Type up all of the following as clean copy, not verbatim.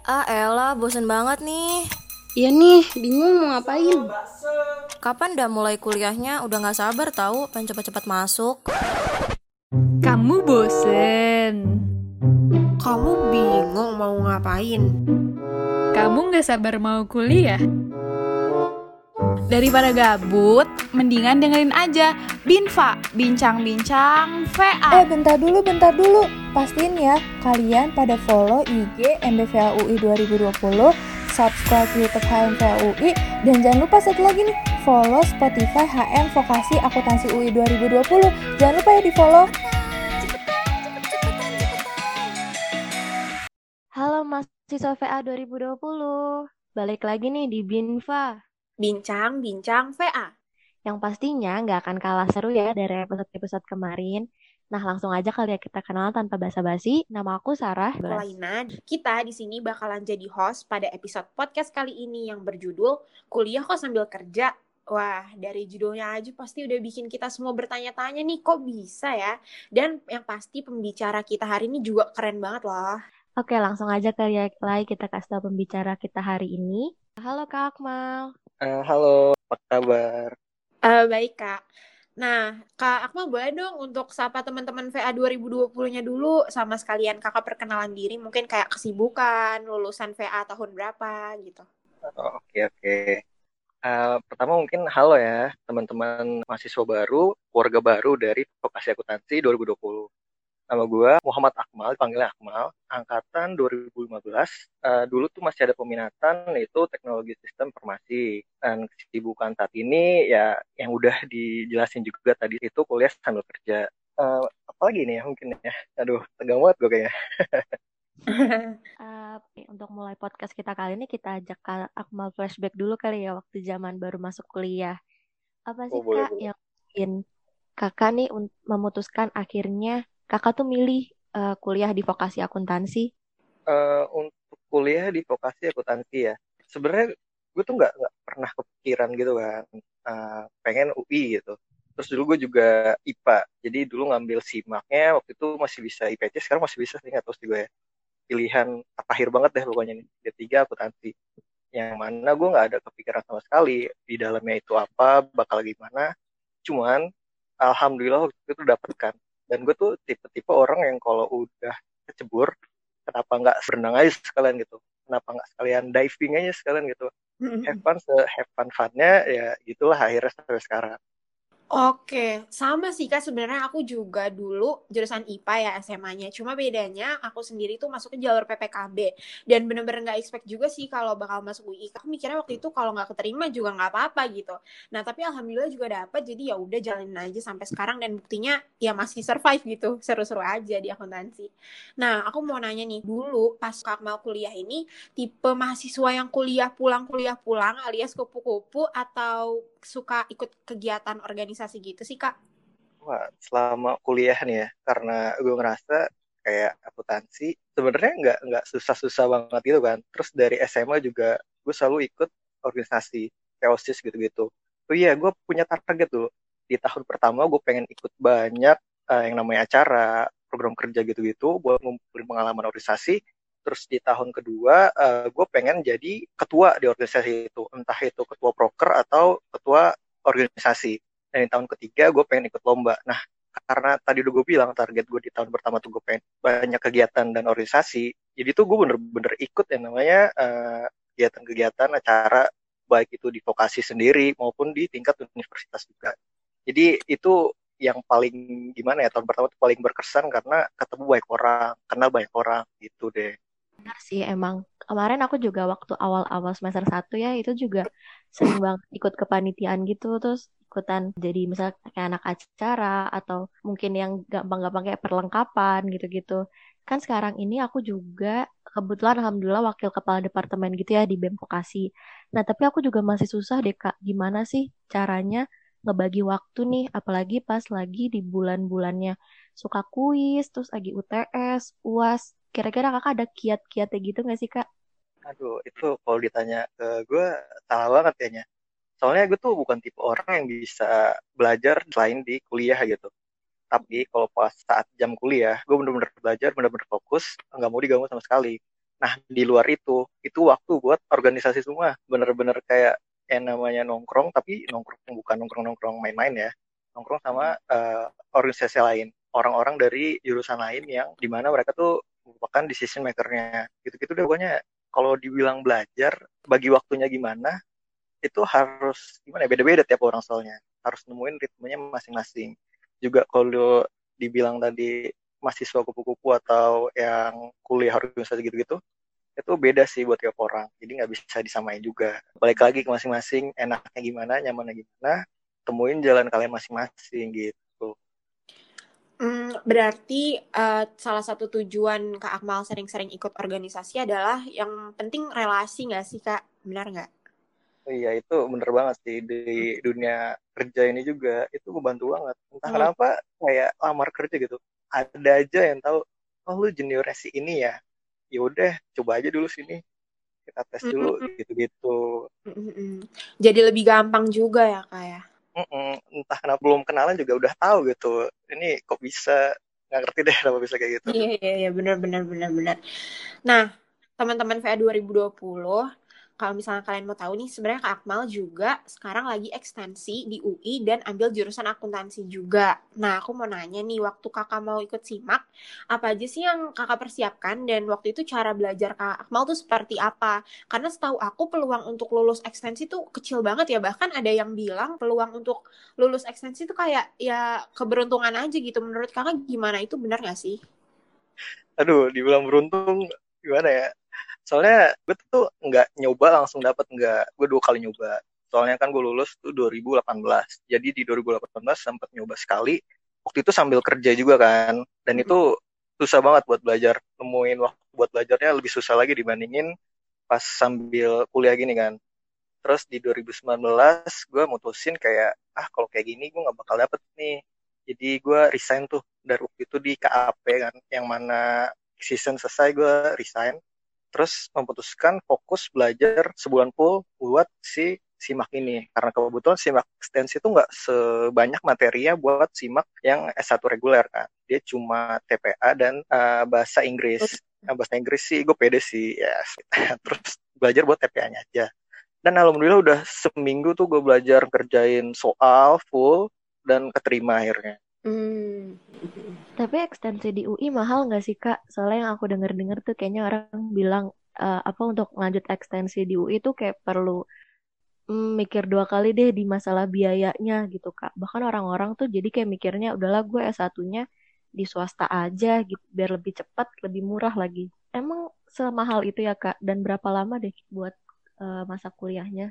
Ah elah, bosen banget nih. Iya nih, bingung mau ngapain. Kapan dah mulai kuliahnya? Udah gak sabar tahu, pengen cepet-cepet masuk. Kamu bosen. Kamu bingung mau ngapain? Kamu gak sabar mau kuliah. Daripada gabut, mendingan dengerin aja Binfa, bincang-bincang VA. Bentar dulu. Pastiin ya, kalian pada follow IG MBVA UI 2020, subscribe YouTube HMVA UI, dan jangan lupa satu lagi nih, follow Spotify HM Vokasi Akuntansi UI 2020. Jangan lupa ya di follow. Halo mahasiswa VA 2020, balik lagi nih di Binfa. Bincang-bincang VA. Yang pastinya nggak akan kalah seru ya dari episode-episode kemarin. Nah, langsung aja kali ya kita kenal tanpa basa-basi. Nama aku Sarah. Aku Laina. Kita di sini bakalan jadi host pada episode podcast kali ini yang berjudul Kuliah Kok Sambil Kerja. Wah, dari judulnya aja pasti udah bikin kita semua bertanya-tanya nih, kok bisa ya? Dan yang pasti pembicara kita hari ini juga keren banget loh. Oke, langsung aja kali ya, kita kasih tahu pembicara kita hari ini. Halo Kak Akmal. Halo, apa kabar? Baik, Kak. Nah, Kak Akmal boleh dong untuk sapa teman-teman VA 2020-nya dulu sama sekalian Kakak perkenalan diri, mungkin kayak kesibukan, lulusan VA tahun berapa gitu. Oke. Pertama mungkin halo ya teman-teman mahasiswa baru, keluarga baru dari Vokasi Akuntansi 2020. Nama gue Muhammad Akmal, panggilnya Akmal, angkatan 2015. Dulu tuh masih ada peminatan yaitu teknologi sistem informasi. Dan kesibukan saat ini ya yang udah dijelasin juga tadi itu kuliah sambil kerja. Apalagi nih ya mungkin ya. Aduh, tegang banget gue kayaknya. Untuk mulai podcast kita kali ini, kita ajak Kak Akmal flashback dulu kali ya, waktu zaman baru masuk kuliah. Apa sih Boleh. Kak yang bikin Kakak nih memutuskan akhirnya Kakak tuh milih kuliah di vokasi akuntansi? Untuk kuliah di vokasi akuntansi ya sebenarnya gue tuh nggak pernah kepikiran gitu kan, pengen UI gitu. Terus dulu gue juga IPA, jadi dulu ngambil SIMAK-nya waktu itu masih bisa IPC, sekarang masih bisa sih, nggak tahu sih gue ya. Pilihan terakhir banget deh pokoknya nih, D3 akuntansi, yang mana gue nggak ada kepikiran sama sekali di dalamnya itu apa, bakal gimana. Cuman alhamdulillah waktu itu dapet kan. Dan gue tuh tipe-tipe orang yang kalau udah kecebur, kenapa nggak berenang aja sekalian gitu, kenapa nggak sekalian diving aja sekalian gitu, have fun funnya ya gitulah akhirnya sampai sekarang. Oke, sama sih Kak, sebenarnya aku juga dulu jurusan IPA ya SMA-nya. Cuma bedanya aku sendiri tuh masuknya jalur PPKB. Dan bener-bener gak expect juga sih kalau bakal masuk UI. Aku mikirnya waktu itu kalau gak keterima juga gak apa-apa gitu. Nah, tapi alhamdulillah juga dapet, jadi ya udah jalanin aja sampai sekarang. Dan buktinya ya masih survive gitu, seru-seru aja di akuntansi. Nah, aku mau nanya nih, dulu pas Kak Akmal kuliah ini, tipe mahasiswa yang kuliah pulang alias kupu-kupu atau suka ikut kegiatan organisasi gitu sih Kak? Wah, selama kuliah nih ya, karena gue ngerasa kayak akuntansi sebenarnya nggak susah-susah banget gitu kan. Terus dari SMA juga gue selalu ikut organisasi, kayak OSIS gitu-gitu. Oh iya, gue punya target dulu. Di tahun pertama gue pengen ikut banyak yang namanya acara, program kerja gitu-gitu, buat ngumpulin pengalaman organisasi. Terus di tahun kedua, gue pengen jadi ketua di organisasi itu, entah itu ketua proker atau ketua organisasi. Dan di tahun ketiga gue pengen ikut lomba. Nah, karena tadi udah gue bilang target gue di tahun pertama tuh gue pengen banyak kegiatan dan organisasi, jadi tuh gue bener-bener ikut yang namanya kegiatan-kegiatan acara, baik itu di vokasi sendiri maupun di tingkat universitas juga. Jadi itu yang paling gimana ya, tahun pertama tuh paling berkesan karena ketemu banyak orang, kenal banyak orang gitu deh. Benar sih, emang kemarin aku juga waktu awal-awal semester 1 ya, itu juga sering banget ikut kepanitiaan gitu, terus ikutan jadi misalnya kayak anak acara atau mungkin yang gampang-gampang kayak perlengkapan gitu-gitu. Kan sekarang ini aku juga kebetulan alhamdulillah wakil kepala departemen gitu ya di BEM Vokasi. Nah, tapi aku juga masih susah deh Kak, gimana sih caranya ngebagi waktu nih, apalagi pas lagi di bulan-bulannya suka kuis, terus lagi UTS, UAS. Kira-kira kakak ada kiat-kiatnya gitu nggak sih kak? Aduh, itu kalau ditanya ke gue salah banget kayaknya. Soalnya gue tuh bukan tipe orang yang bisa belajar selain di kuliah gitu. Tapi kalau pas saat jam kuliah, gue bener-bener belajar, bener-bener fokus, nggak mau diganggu sama sekali. Nah, di luar itu waktu buat organisasi semua. Bener-bener kayak yang namanya nongkrong, tapi nongkrong bukan nongkrong-nongkrong main-main ya. Nongkrong sama organisasi lain. Orang-orang dari jurusan lain yang dimana mereka tuh merupakan decision maker-nya. Gitu-gitu deh pokoknya. Kalau dibilang belajar, bagi waktunya gimana, itu harus gimana ya, beda-beda tiap orang soalnya. Harus nemuin ritmenya masing-masing. Juga kalau dibilang tadi mahasiswa kupu-kupu atau yang kuliah organisasi gitu-gitu, itu beda sih buat tiap orang. Jadi nggak bisa disamain juga. Balik lagi ke masing-masing, enaknya gimana, nyamannya gimana, temuin jalan kalian masing-masing gitu. Berarti salah satu tujuan Kak Akmal sering-sering ikut organisasi adalah yang penting relasi nggak sih Kak? Benar nggak? Iya, itu bener banget sih. Di dunia kerja ini juga itu membantu banget. Entah Hmm. kenapa kayak lamar kerja gitu. Ada aja yang tahu, oh lu juniornya si ini ya. Ya udah, coba aja dulu sini. Kita tes dulu Mm-mm. gitu-gitu. Mm-mm. Jadi lebih gampang juga ya Kak ya? Entah kenapa belum kenalan juga udah tahu gitu. Ini kok bisa, nggak ngerti deh kenapa bisa kayak gitu. Iya, iya, iya, benar, benar, benar, benar. Nah, teman-teman VA 2020, kalau misalnya kalian mau tahu nih, sebenarnya Kak Akmal juga sekarang lagi ekstensi di UI dan ambil jurusan akuntansi juga. Nah, aku mau nanya nih, waktu kakak mau ikut SIMAK, apa aja sih yang kakak persiapkan dan waktu itu cara belajar Kak Akmal tuh seperti apa? Karena setahu aku peluang untuk lulus ekstensi tuh kecil banget ya, bahkan ada yang bilang peluang untuk lulus ekstensi tuh kayak ya keberuntungan aja gitu. Menurut kakak gimana? Itu benar nggak sih? Aduh, dibilang beruntung gimana ya? Soalnya gue tuh nggak nyoba langsung dapat, nggak. Gue 2 kali nyoba. Soalnya kan gue lulus tuh 2018. Jadi di 2018 sempat nyoba sekali. Waktu itu sambil kerja juga kan. Dan itu susah banget buat belajar. Nemuin waktu buat belajarnya lebih susah lagi dibandingin pas sambil kuliah gini kan. Terus di 2019 gue mutusin kayak, kalau kayak gini gue nggak bakal dapet nih. Jadi gue resign tuh dari waktu itu di KAP kan. Yang mana season selesai gue resign, terus memutuskan fokus belajar sebulan full buat si SIMAK ini. Karena kebetulan SIMAK ekstensi itu nggak sebanyak materinya buat SIMAK yang S1 reguler kan. Dia cuma TPA dan bahasa Inggris. Nah, bahasa Inggris sih gue pede sih, ya. Terus belajar buat TPA-nya aja. Dan alhamdulillah udah seminggu tuh gue belajar kerjain soal full dan keterima akhirnya. Hmm. Tapi ekstensi di UI mahal nggak sih Kak? Soalnya yang aku dengar-dengar tuh kayaknya orang bilang apa untuk lanjut ekstensi di UI tuh kayak perlu mikir 2 kali deh di masalah biayanya gitu Kak. Bahkan orang-orang tuh jadi kayak mikirnya udahlah gue S1-nya di swasta aja gitu biar lebih cepat, lebih murah lagi. Emang semahal itu ya Kak? Dan berapa lama deh buat masa kuliahnya?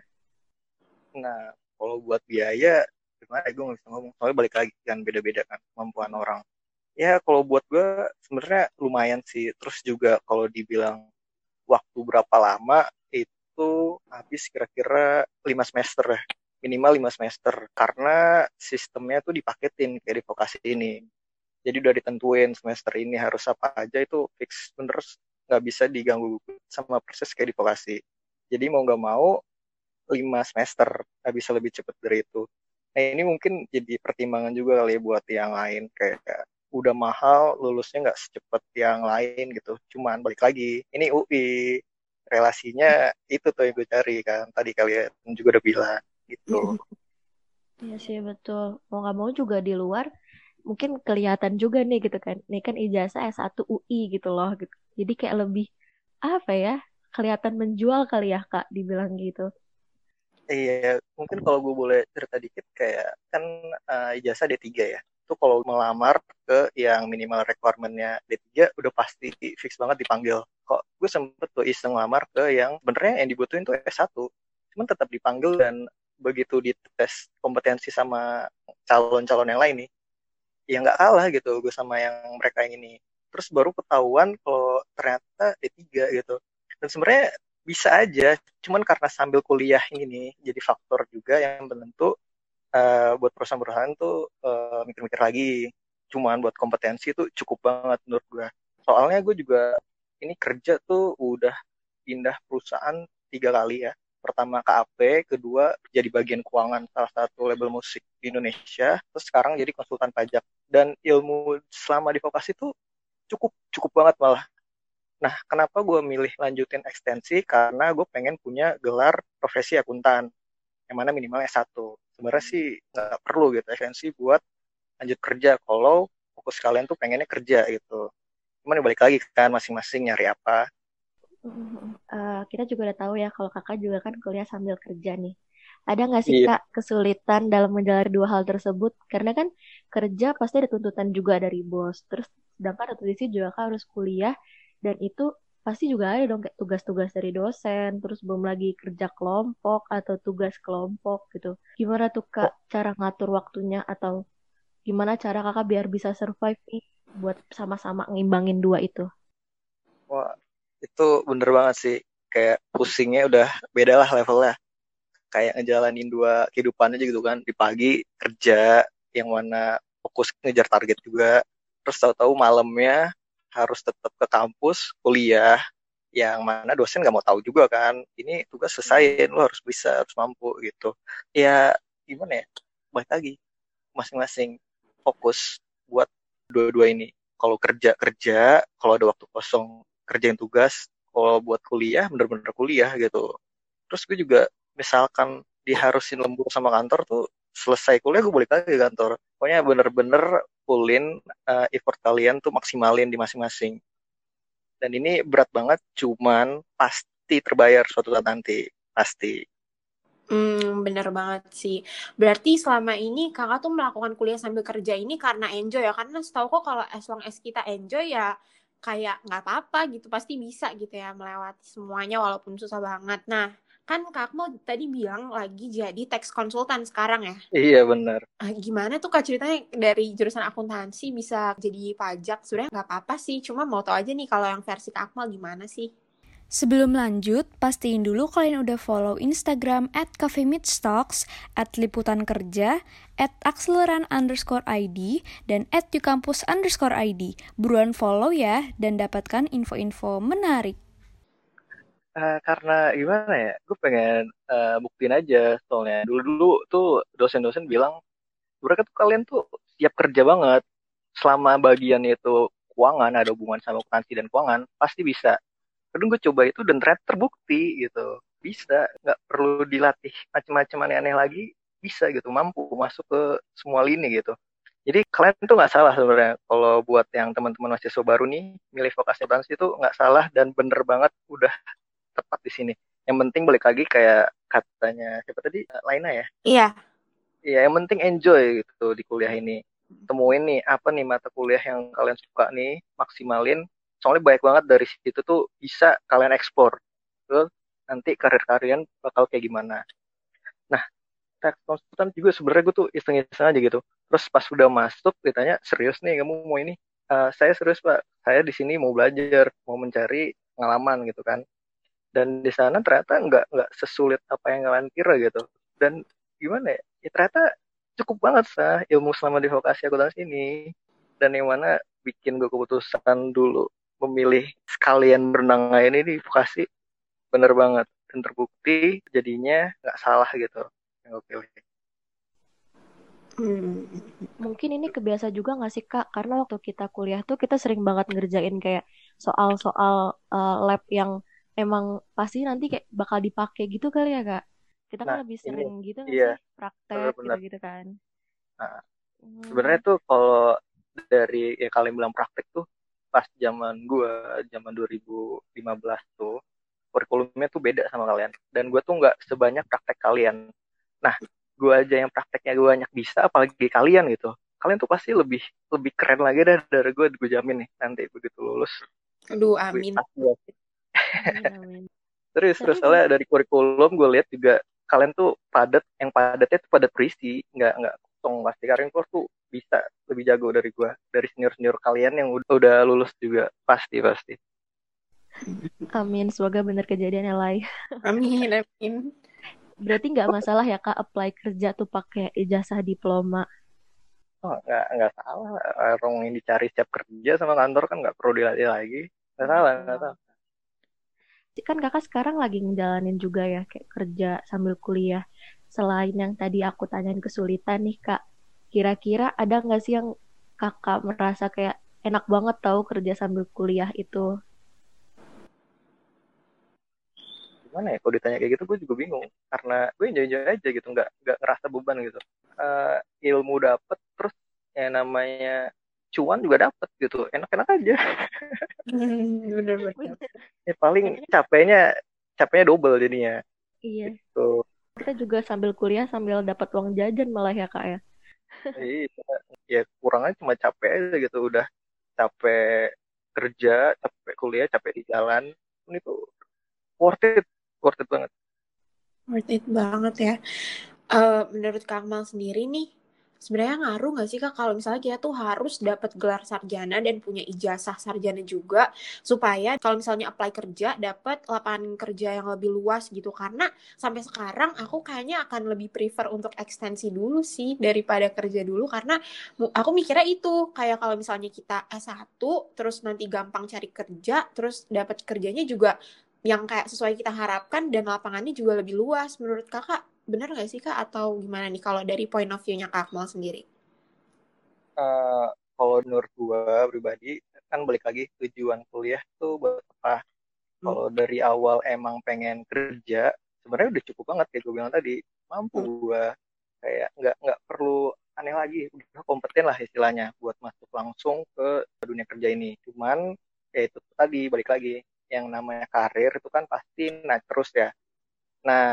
Nah, kalau buat biaya, gimana gue nggak bisa ngomong. Soalnya balik lagi kan beda-beda kan kemampuan orang. Ya kalau buat gue sebenarnya lumayan sih. Terus juga kalau dibilang waktu berapa lama, itu habis kira-kira 5 semester ya. Minimal 5 semester. Karena sistemnya tuh dipaketin kayak di vokasi ini. Jadi udah ditentuin semester ini harus apa aja, itu fix bener, nggak bisa diganggu sama proses kayak di vokasi. Jadi mau nggak mau 5 semester, nggak bisa lebih cepat dari itu. Nah ini mungkin jadi pertimbangan juga kali ya buat yang lain, kayak udah mahal lulusnya nggak secepat yang lain gitu. Cuman balik lagi, ini UI, relasinya itu tuh yang gue cari kan, tadi kalian juga udah bilang gitu. Iya sih betul. Mau nggak mau juga di luar mungkin kelihatan juga nih gitu kan. Ini kan ijazah S1 UI gitu loh gitu. Jadi kayak lebih apa ya? Kelihatan menjual kali ya Kak dibilang gitu. Iya, mungkin kalau gue boleh cerita dikit, kayak kan ijazah D3 ya. Itu kalau melamar ke yang minimal requirement-nya D3 udah pasti fix banget dipanggil. Kok gue sempet tuh iseng lamar ke yang benernya yang dibutuhin tuh S1. Cuman tetap dipanggil, dan begitu dites kompetensi sama calon-calon yang lain nih, ya nggak kalah gitu gue sama yang mereka yang ini. Terus baru ketahuan kalau ternyata D3 gitu. Dan sebenarnya bisa aja, cuman karena sambil kuliah ini jadi faktor juga yang menentu, buat perusahaan-perusahaan tuh mikir-mikir lagi. Cuman buat kompetensi itu cukup banget menurut gue. Soalnya gue juga ini kerja tuh udah pindah perusahaan 3 kali ya. Pertama KAP, kedua jadi bagian keuangan salah satu label musik di Indonesia, terus sekarang jadi konsultan pajak. Dan ilmu selama di vokasi tuh cukup cukup banget malah. Nah, kenapa gue milih lanjutin ekstensi? Karena gue pengen punya gelar profesi akuntan, yang mana minimal S1. Sebenarnya sih nggak perlu gitu ekstensi buat lanjut kerja, kalau fokus kalian tuh pengennya kerja gitu. Cuman balik lagi kan masing-masing nyari apa. Kita juga udah tahu ya kalau kakak juga kan kuliah sambil kerja nih. Ada nggak sih Iya. kak kesulitan dalam menjalani dua hal tersebut? Karena kan kerja pasti ada tuntutan juga dari bos. Terus sedangkan satu sisi juga kak harus kuliah dan itu pasti juga ada dong kayak tugas-tugas dari dosen. Terus belum lagi kerja kelompok atau tugas kelompok gitu. Gimana tuh kak cara ngatur waktunya atau gimana cara kakak biar bisa survive nih buat sama-sama ngimbangin dua itu? Wah, itu bener banget sih. Kayak pusingnya udah beda lah levelnya. Kayak ngejalanin dua kehidupan aja gitu kan. Di pagi kerja, yang mana fokus ngejar target juga. Terus tahu-tahu malamnya harus tetap ke kampus, kuliah. Yang mana dosen nggak mau tahu juga kan. Ini tugas selesaiin, lo harus bisa, harus mampu gitu. Ya gimana ya, balik lagi. Masing-masing fokus buat dua-dua ini. Kalau kerja, kerja. Kalau ada waktu kosong, kerjain tugas. Kalau buat kuliah, bener-bener kuliah gitu. Terus gue juga misalkan diharusin lembur sama kantor tuh, selesai kuliah gue balik lagi ke kantor. Pokoknya bener-bener fullin effort kalian tuh maksimalin di masing-masing. Dan ini berat banget, cuman pasti terbayar suatu saat nanti. Pasti. Bener banget sih. Berarti selama ini kakak tuh melakukan kuliah sambil kerja ini karena enjoy ya? Karena setahu kok kalau as long as kita enjoy ya kayak nggak apa-apa gitu. Pasti bisa gitu ya melewati semuanya walaupun susah banget. Nah, kan Kak mau tadi bilang lagi jadi tax konsultan sekarang ya? Iya bener. Gimana tuh Kak ceritanya dari jurusan akuntansi bisa jadi pajak? Sebenarnya nggak apa-apa sih. Cuma mau tahu aja nih kalau yang versi Kak Akmal gimana sih? Sebelum lanjut, pastiin dulu kalian udah follow Instagram @cafemeetstalks, @liputankerja, @akseleran_id, dan @yukampus_id. Buruan follow ya, dan dapatkan info-info menarik. Karena gimana ya, gue pengen buktiin aja. Soalnya dulu-dulu tuh dosen-dosen bilang, mereka tuh kalian tuh siap kerja banget. Selama bagian itu keuangan, ada hubungan sama akuntansi dan keuangan, pasti bisa. Kadang gue coba itu dan ternyata terbukti gitu. Bisa, nggak perlu dilatih macam-macam aneh-aneh lagi, bisa gitu, mampu masuk ke semua lini gitu. Jadi kalian tuh nggak salah sebenarnya. Kalau buat yang teman-teman mahasiswa baru nih, milih vokasi akuntansi itu nggak salah dan bener banget, udah tepat di sini. Yang penting balik lagi kayak katanya siapa tadi, Laina ya. Iya. Iya, yang penting enjoy gitu di kuliah ini. Temuin nih apa nih mata kuliah yang kalian suka nih, maksimalin. Soalnya banyak banget dari situ tuh bisa kalian ekspor. Terus nanti karir kalian bakal kayak gimana. Nah, tax konsultan juga sebenarnya gue tuh iseng-iseng aja gitu. Terus pas udah masuk ditanya, serius nih kamu mau ini? Saya serius Pak, saya di sini mau belajar, mau mencari pengalaman gitu kan. Dan di sana ternyata nggak sesulit apa yang kalian kira gitu. Dan gimana ya, ya ternyata cukup banget ilmu selama di vokasi akuntansi ini. Dan yang mana bikin gue keputusan dulu memilih sekalian berenang ini di vokasi, bener banget. Dan terbukti jadinya nggak salah gitu yang gue pilih. Mungkin ini kebiasa juga nggak sih Kak? Karena waktu kita kuliah tuh kita sering banget ngerjain kayak soal-soal lab yang emang pasti nanti kayak bakal dipakai gitu kali ya Kak? Kita kan Nah lebih ini sering gitu nggak iya sih praktek benar-benar. gitu-gitu kan? Nah, sebenarnya Hmm. tuh kalau dari yang kalian bilang praktek tuh, pas zaman gue, zaman 2015 tuh, kurikulumnya tuh beda sama kalian. Dan gue tuh nggak sebanyak praktek kalian. Nah, gue aja yang prakteknya gue banyak bisa, apalagi kalian gitu. Kalian tuh pasti lebih lebih keren lagi dari gue jamin nih nanti begitu lulus. Aduh, Wih, amin. pasti ya. Amin, amin. Terus Tapi soalnya dari kurikulum gue lihat juga kalian tuh padat, yang padatnya tuh padat berisi, nggak kosong. Pasti kalian tuh bisa lebih jago dari gue, dari senior kalian yang udah lulus juga, pasti. amin, semoga bener kejadiannya lain. Amin, amin. Berarti nggak masalah ya Kak apply kerja tuh pakai ijazah diploma. Oh, nggak salah. Orang yang dicari siap kerja sama kantor kan nggak perlu dilatih lagi. Nggak salah, nggak salah. Kan kakak sekarang lagi ngejalanin juga ya kayak kerja sambil kuliah. Selain yang tadi aku tanyain kesulitan nih Kak, kira-kira ada nggak sih yang kakak merasa kayak enak banget tahu kerja sambil kuliah itu? Gimana ya, kalau ditanya kayak gitu gue juga bingung, karena gue enjoy aja gitu, nggak ngerasa beban gitu. Eh, Ilmu dapet, terus yang namanya cuan juga dapet gitu, enak-enak aja. Bener-bener. Ya paling capeknya double jadinya Iya, tuh. kita juga sambil kuliah sambil dapat uang jajan malah ya kak ya. Iya, ya kurangnya cuma capek aja gitu, udah capek kerja, capek kuliah, capek di jalan. Ini tuh worth it, worth it banget. Worth it banget ya. Menurut Kak Akmal sendiri nih, sebenarnya ngaruh nggak sih Kak kalau misalnya kita tuh harus dapat gelar sarjana dan punya ijazah sarjana juga supaya kalau misalnya apply kerja dapat lapangan kerja yang lebih luas gitu. Karena sampai sekarang aku kayaknya akan lebih prefer untuk ekstensi dulu sih daripada kerja dulu, karena aku mikirnya itu kayak kalau misalnya kita S1 terus nanti gampang cari kerja, terus dapat kerjanya juga yang kayak sesuai kita harapkan dan lapangannya juga lebih luas. Menurut Kakak bener nggak sih Kak? Atau gimana nih kalau dari point of view-nya Kak Akmal sendiri? Eh, Kalau menurut gua pribadi, kan balik lagi tujuan kuliah tuh buat apa. Hmm. Kalau dari awal emang pengen kerja, sebenarnya udah cukup banget kayak gue bilang tadi, mampu Hmm. gua kayak nggak perlu aneh lagi, udah kompeten lah istilahnya buat masuk langsung ke dunia kerja ini. Cuman ya itu tadi balik lagi, yang namanya karir itu kan pasti naik terus ya. Nah,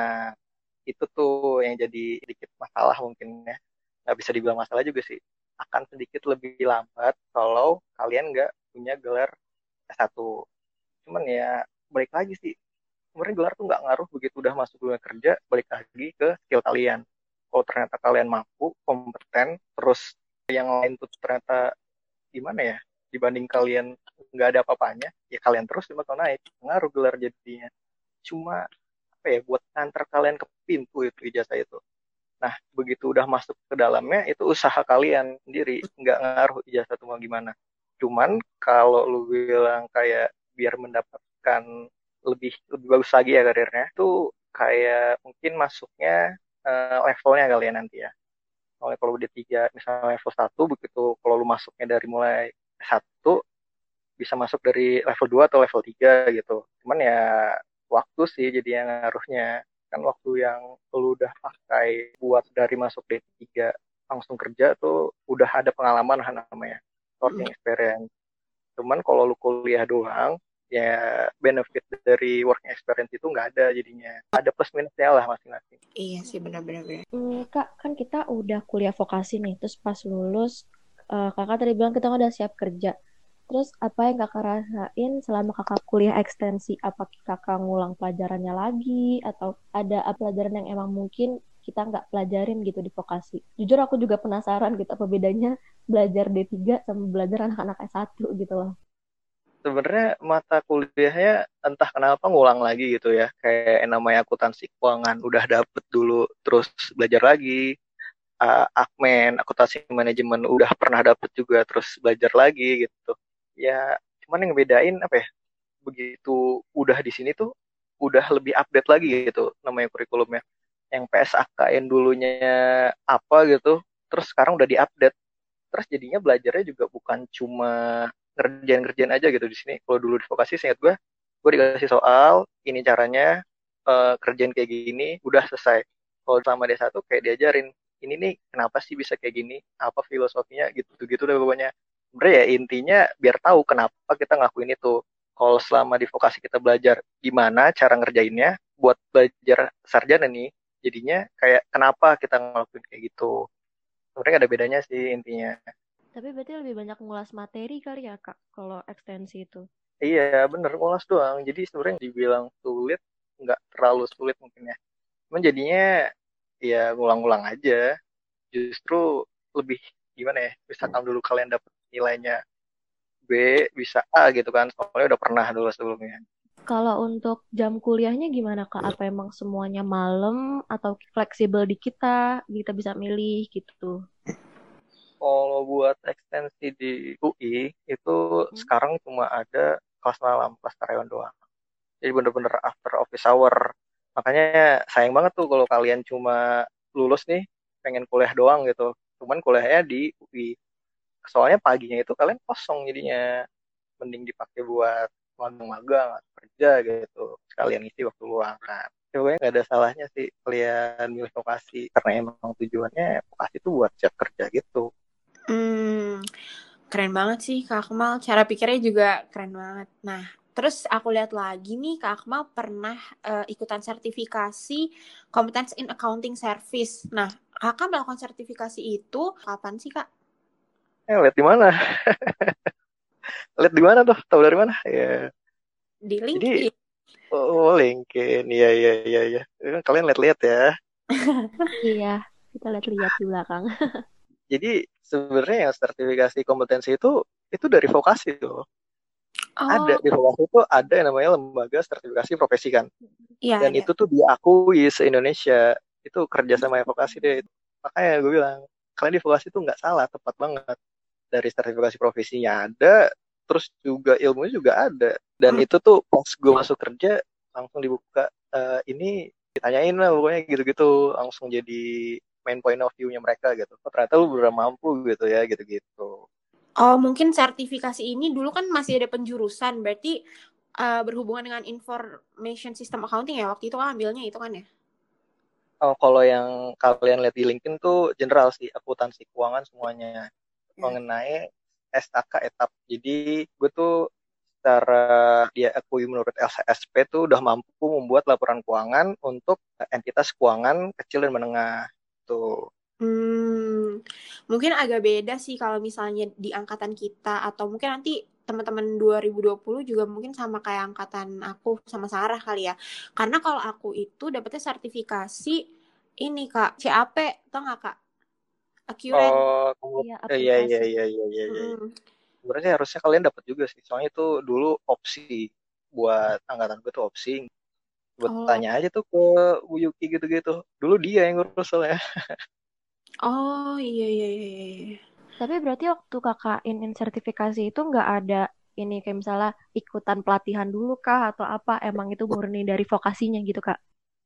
itu tuh yang jadi sedikit masalah mungkin ya. Nggak bisa dibilang masalah juga sih. Akan sedikit lebih lambat kalau kalian nggak punya gelar S1. Cuman ya balik lagi sih. Sebenarnya gelar tuh nggak ngaruh, begitu udah masuk dunia kerja, balik lagi ke skill kalian. Kalau ternyata kalian mampu, kompeten, terus yang lain tuh ternyata gimana ya, dibanding kalian nggak ada apa-apanya, ya kalian terus bakal naik. Ngaruh gelar jadinya. Cuma apa ya, buat nganter kalian ke pintu itu ijazah itu. Nah, begitu udah masuk ke dalamnya, itu usaha kalian sendiri, nggak ngaruh ijazah tuh mau gimana. Cuman kalau lu bilang kayak biar mendapatkan lebih lebih bagus lagi ya karirnya, itu kayak mungkin masuknya levelnya kalian nanti ya. Kalau udah tiga, misalnya level satu, begitu kalau lu masuknya dari mulai satu, bisa masuk dari level 2 atau level 3 gitu. Cuman ya waktu sih jadi yang ngaruhnya. Kan waktu yang lu udah pakai buat dari masuk D3 langsung kerja tuh udah ada pengalaman lah namanya, working experience. Cuman kalau lu kuliah doang, ya benefit dari working experience itu nggak ada jadinya. Ada plus minusnya lah masing-masing. Iya sih benar-benar. Kak, kan kita udah kuliah vokasi nih, terus pas lulus, kakak tadi bilang kita udah siap kerja. Terus apa yang kakak rasain selama kakak kuliah ekstensi? Apa kakak ngulang pelajarannya lagi? Atau ada pelajaran yang emang mungkin kita nggak pelajarin gitu di vokasi? Jujur aku juga penasaran gitu, apa bedanya belajar D3 sama belajar anak-anak S1 gitu loh. Sebenarnya mata kuliahnya entah kenapa ngulang lagi gitu ya. Kayak yang namanya akuntansi keuangan udah dapet dulu, terus belajar lagi. Akmen, akuntansi manajemen udah pernah dapet juga, terus belajar lagi gitu. Ya, cuman yang ngebedain apa ya? Begitu udah di sini tuh udah lebih update lagi gitu namanya kurikulumnya. Yang PSAKN dulunya apa gitu, terus sekarang udah diupdate. Terus jadinya belajarnya juga bukan cuma ngerjain-ngerjain aja gitu di sini. Kalau dulu di vokasi, seingat gue dikasih soal, ini caranya, kerjain kayak gini, udah selesai. Kalau sama D1 kayak diajarin, ini nih kenapa sih bisa kayak gini, apa filosofinya, gitu-gitu deh pokoknya. Sebenarnya ya intinya biar tahu kenapa kita ngelakuin itu. Kalau selama di vokasi kita belajar gimana cara ngerjainnya, buat belajar sarjana nih, jadinya kayak kenapa kita ngelakuin kayak gitu. Sebenarnya ada bedanya sih intinya. Tapi berarti lebih banyak ngulas materi kali ya, Kak, kalau ekstensi itu. Iya, bener, ngulas doang. Jadi sebenarnya dibilang sulit, nggak terlalu sulit mungkin ya. Cuman jadinya ya ngulang-ngulang aja. Justru lebih gimana ya, misalkan dulu kalian dapat nilainya B, bisa A gitu kan, soalnya udah pernah dulu sebelumnya. Kalau untuk jam kuliahnya gimana, Kak? Apa emang semuanya malam atau fleksibel di kita bisa milih gitu? Kalau buat ekstensi di UI, itu sekarang cuma ada kelas malam, kelas karyawan doang. Jadi bener-bener after office hour. Makanya sayang banget tuh kalau kalian cuma lulus nih, pengen kuliah doang gitu. Cuman kuliahnya di UI. Soalnya paginya itu kalian kosong jadinya. Mending dipakai buat magang atau kerja gitu, sekalian isi waktu luang. Nah, pokoknya nggak ada salahnya sih kalian milih vokasi karena emang tujuannya vokasi itu buat siap kerja gitu. Keren banget sih Kak Akmal, cara pikirnya juga keren banget. Nah, terus aku lihat lagi nih Kak Akmal pernah ikutan sertifikasi Competence in Accounting Service. Nah, Kakak melakukan sertifikasi itu kapan sih Kak? Lihat di mana? Lihat di mana tuh? Tahu dari mana? Ya. Di Jadi, LinkedIn. LinkedIn. Iya. Kalian lihat-lihat ya. Iya, kita lihat-lihat di belakang. Jadi sebenarnya yang sertifikasi kompetensi itu dari vokasi tuh. Ada Oh, di vokasi itu ada yang namanya lembaga sertifikasi profesi kan. iya Dan ada. itu tuh diakui se-Indonesia. Itu kerjasama vokasi deh. Makanya gue bilang, kalian di vokasi tuh nggak salah, tepat banget. Dari sertifikasi profesinya ada, terus juga ilmunya juga ada. Dan itu tuh pas gue masuk kerja, langsung dibuka. Ini ditanyain lah pokoknya gitu-gitu. Langsung jadi main point of view-nya mereka gitu. Oh, ternyata lu beneran mampu gitu ya, gitu-gitu. Oh, mungkin sertifikasi ini dulu kan masih ada penjurusan, berarti berhubungan dengan information system accounting ya, waktu itu kan ambilnya itu kan ya? Oh, kalau yang kalian lihat di LinkedIn tuh general sih, akuntansi keuangan semuanya. Ya. Mengenai SAK etap. Jadi gue tuh secara dia akui menurut LSP tuh udah mampu membuat laporan keuangan untuk entitas keuangan kecil dan menengah. Tuh. Mungkin agak beda sih kalau misalnya di angkatan kita atau mungkin nanti teman-teman 2020 juga mungkin sama kayak angkatan aku sama Sarah kali ya. Karena kalau aku itu dapetnya sertifikasi ini Kak, CAP, tau nggak Kak? Accurate. Oh, Iya, iya, iya, aplikasi. iya, iya, iya, iya. Mm-mm. Sebenarnya harusnya kalian dapat juga sih. Soalnya itu dulu opsi buat angkatan gue tuh opsi. Buat Oh, tanya aja tuh ke Bu Yuki gitu-gitu. Dulu dia yang ngurus soalnya. oh iya. Tapi berarti waktu kakak ingin sertifikasi itu nggak ada ini kayak misalnya ikutan pelatihan dulu kah atau apa? Emang itu murni dari vokasinya gitu kak?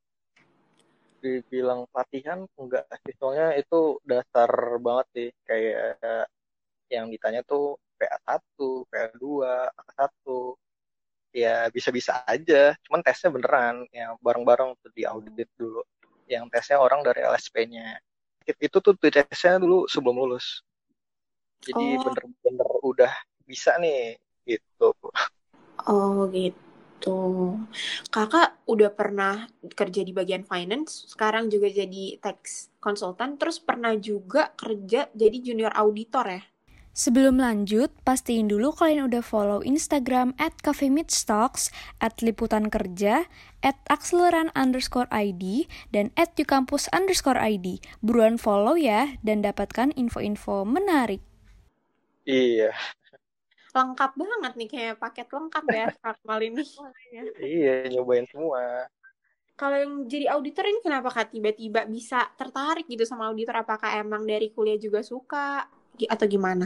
Dibilang pelatihan enggak sih. Soalnya itu dasar banget sih. Kayak yang ditanya tuh PA1, PA2, AK1. Ya bisa-bisa aja. Cuman tesnya beneran. Ya bareng-bareng tuh di audit dulu. Yang tesnya orang dari LSP-nya. Itu tuh tesnya dulu sebelum lulus. Jadi Oh, bener-bener udah bisa nih gitu. oh gitu. Kakak udah pernah kerja di bagian finance, sekarang juga jadi tax consultant, terus pernah juga kerja jadi junior auditor ya? Sebelum lanjut, pastiin dulu kalian udah follow Instagram @cafemeetstocks, @liputankerja, @akseleran_id, dan @yukampus_id. Buruan follow ya, dan dapatkan info-info menarik. Iya, Lengkap banget nih, kayak paket lengkap ya Kak Mal ini. iya nyobain semua. Kalau yang jadi auditor ini kenapa Kak tiba-tiba bisa tertarik gitu sama auditor? Apakah emang dari kuliah juga suka atau gimana?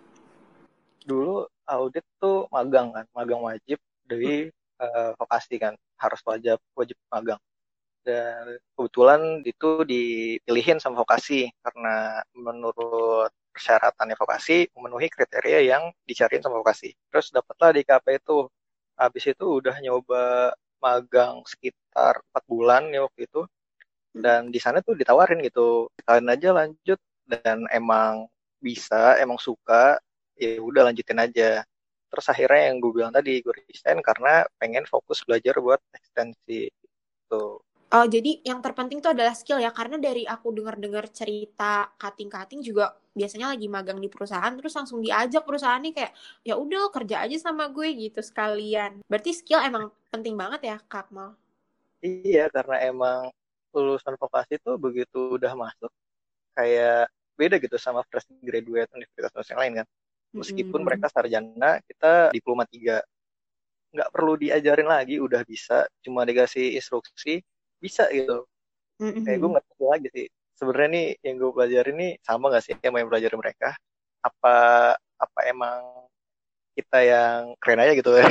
Dulu audit tuh magang kan, magang wajib dari vokasi kan, harus wajib wajib magang. Dan kebetulan itu dipilihin sama vokasi karena menurut persyaratannya vokasi memenuhi kriteria yang dicariin sama vokasi. Terus dapatlah di KP itu. Habis itu udah nyoba magang sekitar 4 bulan ya waktu itu. Dan di sana tuh ditawarin gitu, kalian aja lanjut dan emang bisa, emang suka, ya udah lanjutin aja. Terus akhirnya yang gue bilang tadi gue resign karena pengen fokus belajar buat ekstensi tuh. Oh, jadi yang terpenting tuh adalah skill ya, karena dari aku dengar-dengar cerita kating-kating juga biasanya lagi magang di perusahaan, terus langsung diajak perusahaannya kayak, ya udah kerja aja sama gue gitu sekalian. Berarti skill emang penting banget ya, Kak Mal. Iya, karena emang lulusan vokasi tuh begitu udah masuk kayak beda gitu sama fresh graduate universitas yang lain kan. Meskipun mereka Mm-mm. sarjana, kita diploma 3. Nggak perlu diajarin lagi, udah bisa. Cuma dikasih instruksi, bisa gitu. Kayak gue Mm-mm. ngerti lagi sih. Sebenarnya nih yang gue pelajarin nih sama nggak sih yang main pelajarin mereka? Apa apa emang kita yang keren aja gitu ya?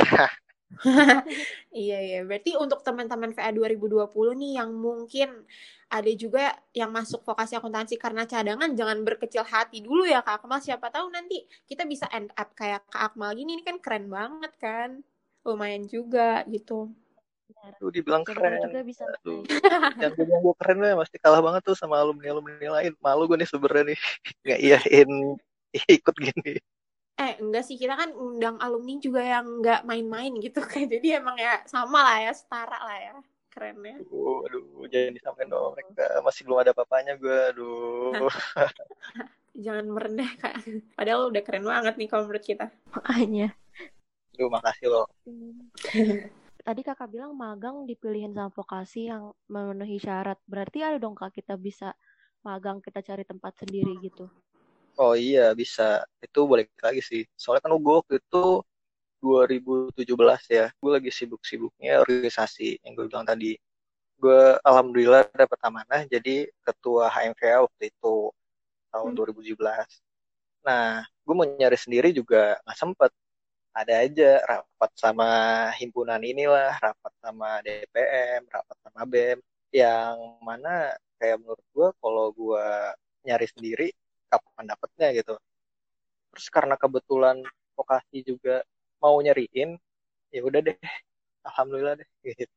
Iya. Berarti untuk teman-teman VA 2020 nih yang mungkin ada juga yang masuk vokasi akuntansi karena cadangan, jangan berkecil hati dulu ya Kak Akmal. Siapa tahu nanti kita bisa end up kayak Kak Akmal gini, ini kan keren banget kan. lumayan juga gitu. Tuh dibilang Siapa tahu keren. juga bisa Aduh, naik. jangan bilang gue keren lah, masih kalah banget tuh sama alumni-alumni lain. Malu gue nih sebenarnya nih, nggak iyain ikut gini. Enggak sih, kita kan undang alumni juga yang nggak main-main gitu kan. Jadi emang ya sama lah ya, setara lah ya kerennya. Aduh, jangan disampaikan dong, mereka masih belum ada apa-apanya gue, aduh. Jangan merendah Kak. Padahal udah keren banget nih kalau menurut kita. Makanya. Aduh, makasih loh. Tadi kakak bilang magang dipilihin sama vokasi yang memenuhi syarat. Berarti ada dong kak kita bisa magang, kita cari tempat sendiri gitu. Oh iya, bisa. Itu balik lagi sih. Soalnya kan gue waktu itu 2017 ya, gue lagi sibuk-sibuknya organisasi yang gue bilang tadi. Gue alhamdulillah dapat amanah jadi ketua HMVA waktu itu tahun 2017. Nah, gue mau nyari sendiri juga nggak sempet. Ada aja rapat sama himpunan inilah, rapat sama DPM, rapat sama BEM, yang mana kayak menurut gue kalau gue nyari sendiri kapan dapetnya gitu. Terus karena kebetulan vokasi juga mau nyariin, ya udah deh, alhamdulillah deh gitu.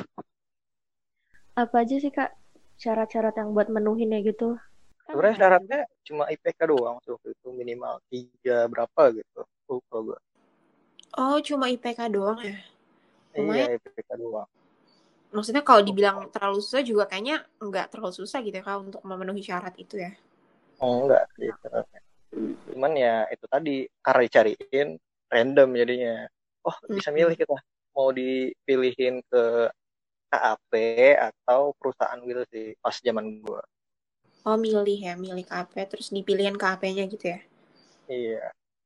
Apa aja sih kak syarat-syarat yang buat menuhinnya gitu? Sebenarnya syaratnya cuma IPK doang tuh, itu minimal 3 berapa gitu. Lupa gue. Oh, cuma IPK doang ya? Iya, Lumayan. IPK doang. Maksudnya kalau dibilang terlalu susah juga kayaknya nggak terlalu susah gitu ya Kak untuk memenuhi syarat itu ya. Oh, enggak sih syaratnya. Cuman ya itu tadi, karena dicariin random jadinya. Oh, bisa milih kita. Mau dipilihin ke KAP atau perusahaan gitu sih pas zaman gue. Oh, milih KAP terus dipilihin KAP-nya gitu ya. Iya.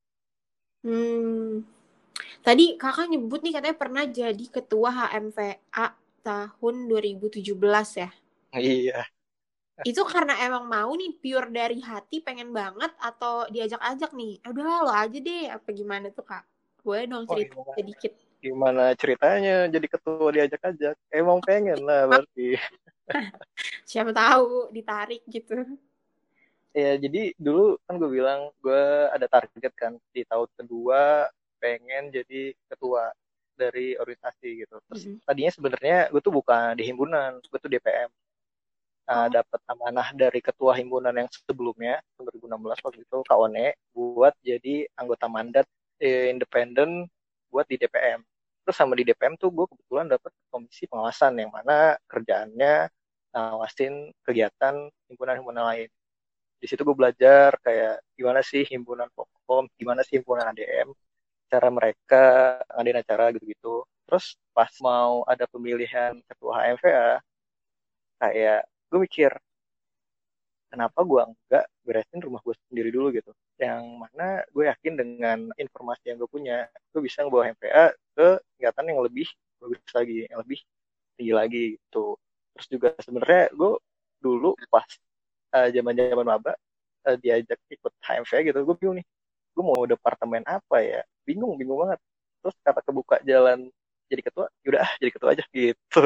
Tadi kakak nyebut nih katanya pernah jadi ketua HMVA tahun 2017 ya. Iya. Itu karena emang mau nih pure dari hati pengen banget atau diajak-ajak nih? Udahlah lo aja deh, apa gimana tuh Kak? Boleh dong cerita sedikit. Gimana ceritanya jadi ketua diajak-ajak? Emang pengen lah berarti. Siapa tahu ditarik gitu. Ya, jadi dulu kan gue bilang gue ada target kan di tahun kedua pengen jadi ketua dari organisasi gitu. Terus tadinya sebenarnya gue tuh bukan di himpunan, gue tuh DPM. Dapat amanah dari ketua himpunan yang sebelumnya 2016 waktu itu Kak One buat jadi anggota mandat independen buat di DPM. Terus sama di DPM tuh gue kebetulan dapat komisi pengawasan yang mana kerjaannya ngawasin kegiatan himpunan-himpunan lain. Di situ gue belajar kayak gimana sih himpunan Pokkom, gimana sih himpunan ADM, cara mereka ngadain acara gitu-gitu. Terus pas mau ada pemilihan ketua HMVA, kayak gue mikir, kenapa gue enggak beresin rumah gue sendiri dulu gitu. Yang mana gue yakin dengan informasi yang gue punya, gue bisa ngebawa HMVA ke tingkatan yang lebih bagus lagi, yang lebih tinggi lagi gitu. Terus juga sebenarnya gue dulu pas zaman-zaman maba diajak ikut HMVA gitu, gue bingung nih, gue mau departemen apa ya, bingung banget. Terus kata kebuka jalan jadi ketua, yaudah jadi ketua aja gitu.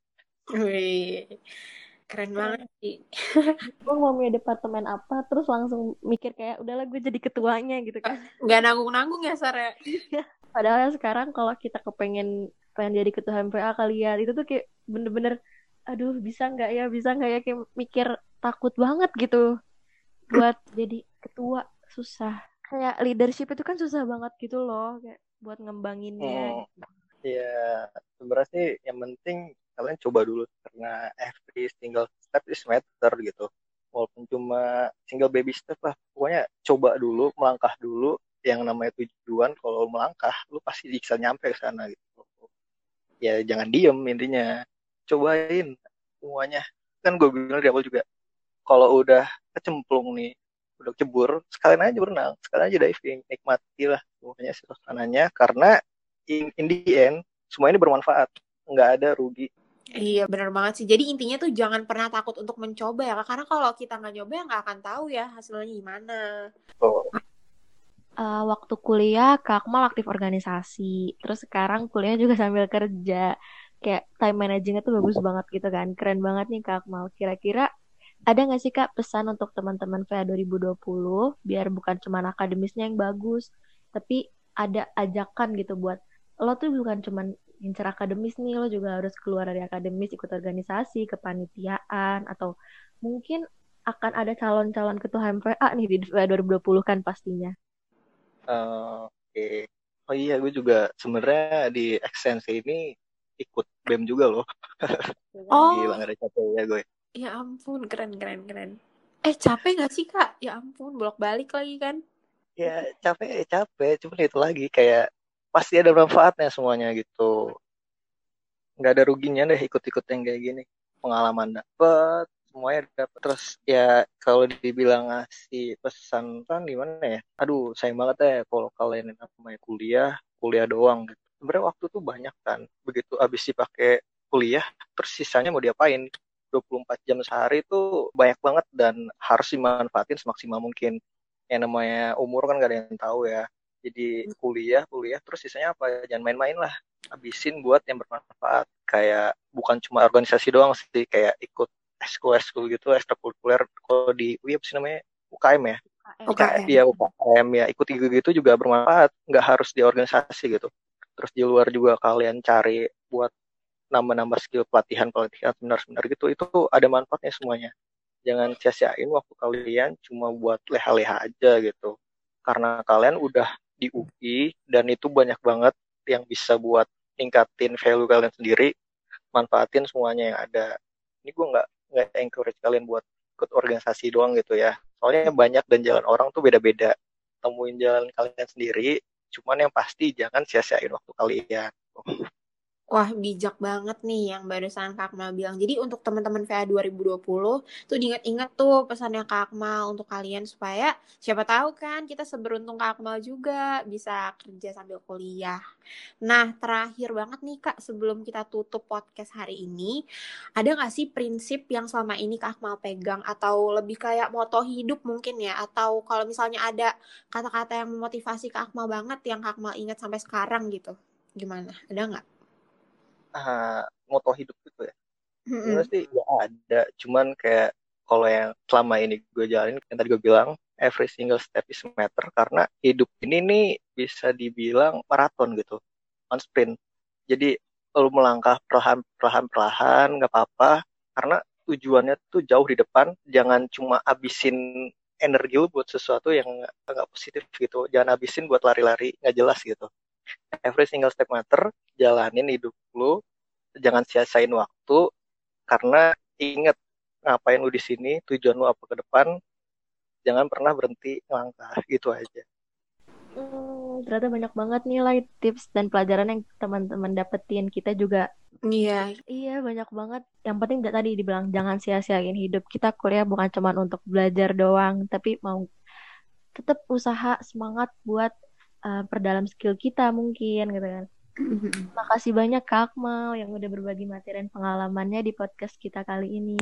Wih, keren banget sih. Gue mau milih departemen apa, terus langsung mikir kayak udahlah gue jadi ketuanya gitu kan. Nggak nanggung-nanggung ya Sarah. Padahal sekarang kalau kita pengen jadi ketua HMVA kalian itu tuh kayak bener-bener aduh bisa nggak ya kayak mikir takut banget gitu buat jadi ketua. Susah, kayak leadership itu kan susah banget gitu loh, kayak buat ngembanginnya. Ya sebenarnya sih yang penting kalian coba dulu, karena every single step is matter gitu, walaupun cuma single baby step lah, pokoknya coba dulu, melangkah dulu. Yang namanya tujuan, kalau melangkah lu pasti bisa nyampe ke sana gitu. Ya jangan diem, intinya cobain semuanya. Kan gue bilang di awal juga, kalau udah kecemplung nih, udah cebur, sekalian aja berenang, sekalian aja diving, nikmatilah semuanya suasananya, karena in the end semua ini bermanfaat, nggak ada rugi. Iya benar banget sih. Jadi intinya tuh jangan pernah takut untuk mencoba ya, karena kalau kita nggak nyoba ya nggak akan tahu ya hasilnya gimana. Waktu kuliah Kak Akmal aktif organisasi, terus sekarang kuliah juga sambil kerja, kayak time managingnya tuh bagus banget gitu kan, keren banget nih Kak Akmal. Kira-kira ada nggak sih Kak pesan untuk teman-teman VA 2020 biar bukan cuma akademisnya yang bagus, tapi ada ajakan gitu buat lo tuh bukan cuman ngincer akademis nih, lo juga harus keluar dari akademis, ikut organisasi, kepanitiaan, atau mungkin akan ada calon-calon ketua HMPA nih di 2020 kan pastinya. Oke. Oh iya, gue juga sebenarnya di ekstensi ini ikut BEM juga loh. Gila, Oh, gak ada capek ya gue. ya ampun, keren, keren, keren. Capek gak sih, Kak? Ya ampun, bolak-balik lagi kan? Ya capek, cuman itu lagi kayak pasti ada manfaatnya semuanya gitu. Nggak ada ruginya deh ikut-ikut yang kayak gini. Pengalaman dapet, semuanya dapet. Terus ya kalau dibilang ngasih pesan kan gimana ya? Aduh, sayang banget ya kalau kalian yang namanya kuliah doang gitu. Sebenarnya waktu tuh banyak kan. Begitu abis dipakai kuliah, terus sisanya mau diapain? 24 jam sehari itu banyak banget dan harus dimanfaatin semaksimal mungkin. Yang namanya umur kan gak ada yang tahu ya. Jadi kuliah, terus sisanya apa? Jangan main-main lah. Habisin buat yang bermanfaat. Kayak bukan cuma organisasi doang sih, kayak ikut eskul gitu, ekstrakurikuler. Kalau di UI apa sih namanya? UKM ya? UKM. Iya UKM ya, ikut gitu juga bermanfaat. Nggak harus di organisasi gitu. Terus di luar juga kalian cari buat nambah-nambah skill pelatihan seminar-seminar gitu, itu ada manfaatnya semuanya. Jangan sia-siain waktu kalian cuma buat leha-leha aja gitu. Karena kalian udah di UI dan itu banyak banget yang bisa buat ningkatin value kalian sendiri, manfaatin semuanya yang ada. Ini gue nggak encourage kalian buat ikut organisasi doang gitu ya. Soalnya banyak dan jalan orang tuh beda-beda. Temuin jalan kalian sendiri, cuman yang pasti jangan sia-siain waktu kalian. Wah, bijak banget nih yang barusan Kak Akmal bilang. Jadi untuk teman-teman VA 2020 tuh diingat-ingat tuh pesannya Kak Akmal untuk kalian supaya siapa tahu kan kita seberuntung Kak Akmal juga bisa kerja sambil kuliah. Nah, terakhir banget nih Kak, sebelum kita tutup podcast hari ini, ada nggak sih prinsip yang selama ini Kak Akmal pegang atau lebih kayak moto hidup mungkin ya? Atau kalau misalnya ada kata-kata yang memotivasi Kak Akmal banget yang Kak Akmal ingat sampai sekarang gitu. Gimana? Ada nggak? Moto hidup gitu ya. Sebenarnya Mm-mm. sih ya ada, cuman kayak kalau yang selama ini gue jalanin, yang tadi gue bilang, every single step is matter, karena hidup ini nih bisa dibilang maraton gitu, on sprint. Jadi lu melangkah perlahan, nggak apa-apa, karena tujuannya tuh jauh di depan. Jangan cuma abisin energi lu buat sesuatu yang nggak positif gitu. Jangan abisin buat lari-lari nggak jelas gitu. Every single step matter, jalanin hidup lu, jangan sia-siain waktu, karena inget ngapain lu di sini, tujuan lu apa ke depan, jangan pernah berhenti melangkah, gitu aja. Ternyata banyak banget nilai tips dan pelajaran yang teman-teman dapetin. Kita juga Iya. iya banyak banget. Yang penting tadi dibilang jangan sia-siain hidup. Kita kuliah bukan cuma untuk belajar doang, tapi mau tetap usaha semangat buat perdalam skill kita mungkin gitu kan. Makasih banyak Kak Akmal yang udah berbagi materi dan pengalamannya di podcast kita kali ini.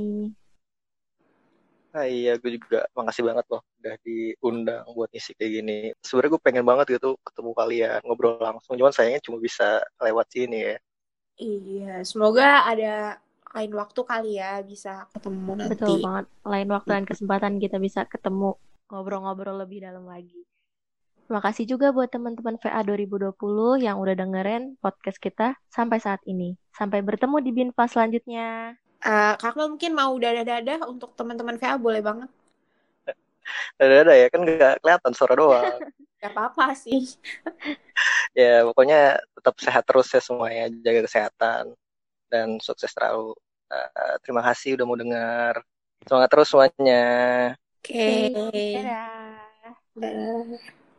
Nah iya, gue juga makasih banget loh udah diundang buat ngisi kayak gini. Sebenarnya gue pengen banget gitu ketemu kalian, ngobrol langsung, cuman sayangnya cuma bisa lewat sini ya. Iya, semoga ada lain waktu kali ya bisa ketemu nanti. Betul banget. Lain waktu dan kesempatan kita bisa ketemu ngobrol-ngobrol lebih dalam lagi. Terima kasih juga buat teman-teman VA 2020 yang udah dengerin podcast kita sampai saat ini. Sampai bertemu di Binfa selanjutnya. Kak Akmal mungkin mau dadah-dadah untuk teman-teman VA boleh banget. Ada ya, kan nggak kelihatan suara doang. Gak apa-apa sih. Ya pokoknya tetap sehat terus ya semuanya, jaga kesehatan dan sukses terlalu. Terima kasih udah mau dengar. Semangat terus semuanya. Oke. Dadah. Dah.